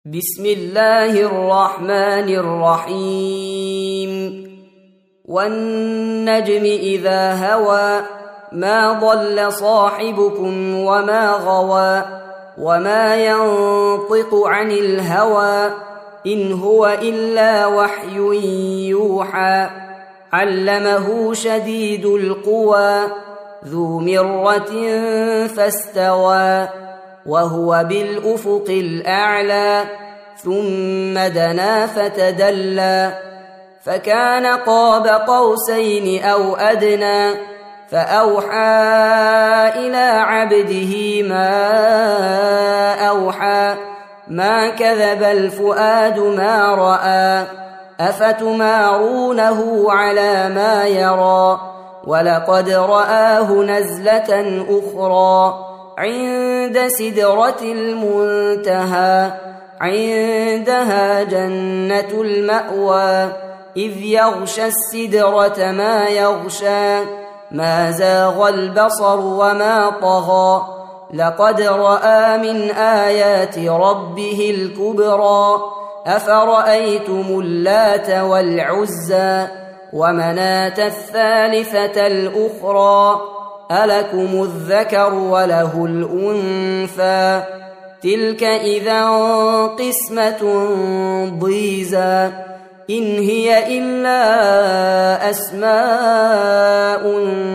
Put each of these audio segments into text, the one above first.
بسم الله الرحمن الرحيم والنجم إذا هوى ما ضل صاحبكم وما غوى وما ينطق عن الهوى إن هو إلا وحي يوحى علمه شديد القوى ذو مرة فاستوى وهو بالأفق الأعلى ثم دنا فتدلى فكان قاب قوسين أو أدنى فأوحى إلى عبده ما أوحى ما كذب الفؤاد ما رأى أفتمارونه على ما يرى ولقد رآه نزلة أخرى عند سدرة المنتهى عندها جنة المأوى إذ يغشى السدرة ما يغشى ما زاغ البصر وما طغى لقد رأى من آيات ربه الكبرى أفرأيتم اللات والعزى ومناة الثالثة الأخرى ألكم الذكر وله الأنثى تلك إذا قسمة ضيزى إن هي إلا أسماء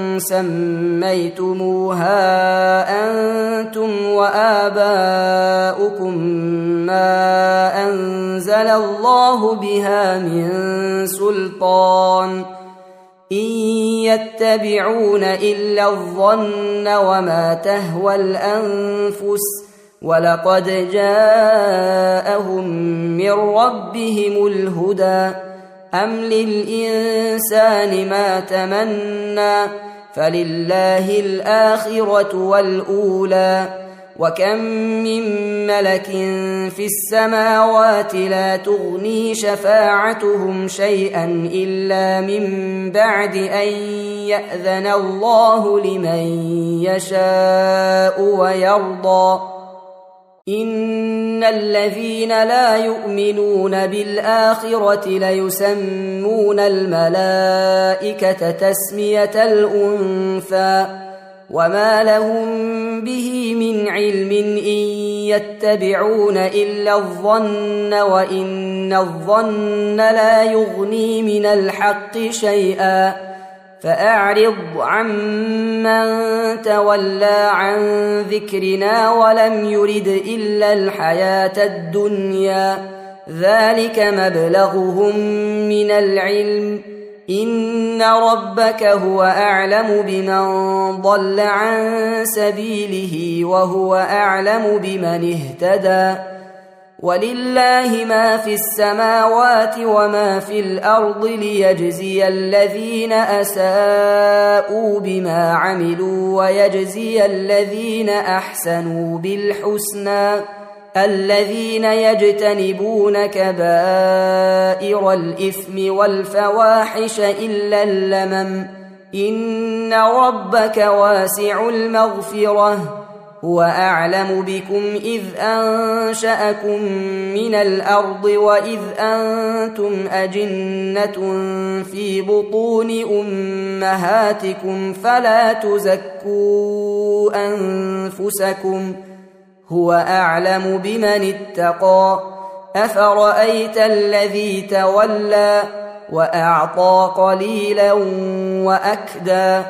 سميتموها أنتم وآباؤكم ما أنزل الله بها من سلطان إن يتبعون إلا الظن وما تهوى الأنفس ولقد جاءهم من ربهم الهدى أم للإنسان ما تمنى فلله الآخرة والأولى وكم من ملك في السماوات لا تغني شفاعتهم شيئا إلا من بعد أن يأذن الله لمن يشاء ويرضى إن الذين لا يؤمنون بالآخرة ليسمون الملائكة تسمية الأنثى وما لهم به من علم إن يتبعون إلا الظن وإن الظن لا يغني من الحق شيئا فأعرض عمن تولى عن ذكرنا ولم يرد إلا الحياة الدنيا ذلك مبلغهم من العلم إن ربك هو أعلم بمن ضل عن سبيله وهو أعلم بمن اهتدى ولله ما في السماوات وما في الأرض ليجزي الذين أساءوا بما عملوا ويجزي الذين أحسنوا بالحسنى الذين يجتنبون كبائر الإثم والفواحش إلا اللمم إن ربك واسع المغفرة هو أعلم بكم إذ أنشأكم من الأرض وإذ أنتم أجنة في بطون أمهاتكم فلا تزكوا أنفسكم هو أعلم بمن اتقى أفرأيت الذي تولى وأعطى قليلا وأكدى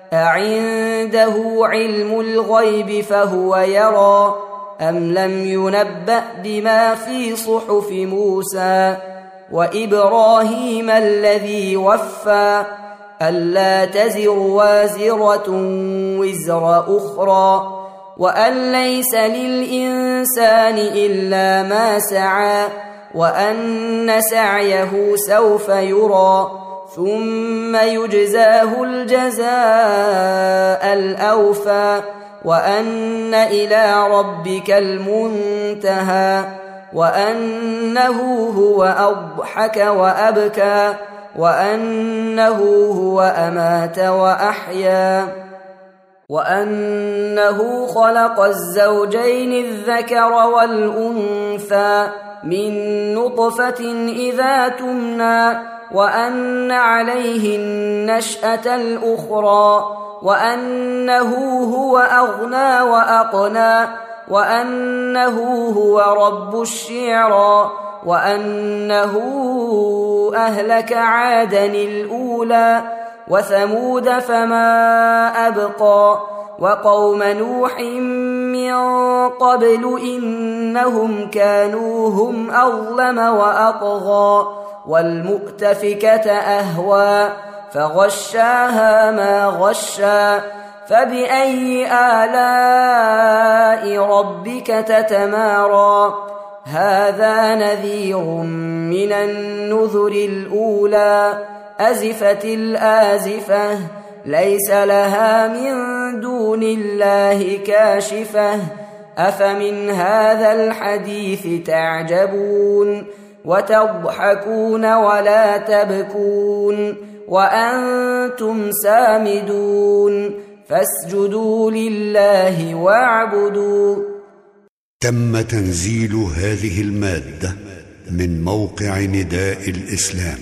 أعنده علم الغيب فهو يرى أم لم ينبأ بما في صحف موسى وإبراهيم الذي وفى ألا تزر وازرة وزر أخرى وأن ليس للإنسان إلا ما سعى وأن سعيه سوف يرى ثم يجزاه الجزاء الأوفى وأن إلى ربك المنتهى وأنه هو أضحك وأبكى وأنه هو أمات وأحيا وأنه خلق الزوجين الذكر والأنثى من نطفة إذا تمنى وأن عليه النشأة الأخرى وأنه هو أغنى وأقنى وأنه هو رب الشعرى وأنه أهلك عادا الأولى وثمود فما أبقى وقوم نوح من قبل إنهم كانوا هم أظلم وأطغى والمؤتفكة أهوى فغشاها ما غشى فبأي آلاء ربك تتمارى هذا نذير من النذر الأولى أزفت الآزفة ليس لها من دون الله كاشفة أفمن هذا الحديث تعجبون وتضحكون ولا تبكون وأنتم سامدون فاسجدوا لله واعبدوا. تم تنزيل هذه المادة من موقع نداء الإسلام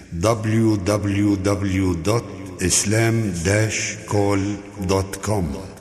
www.islam-call.com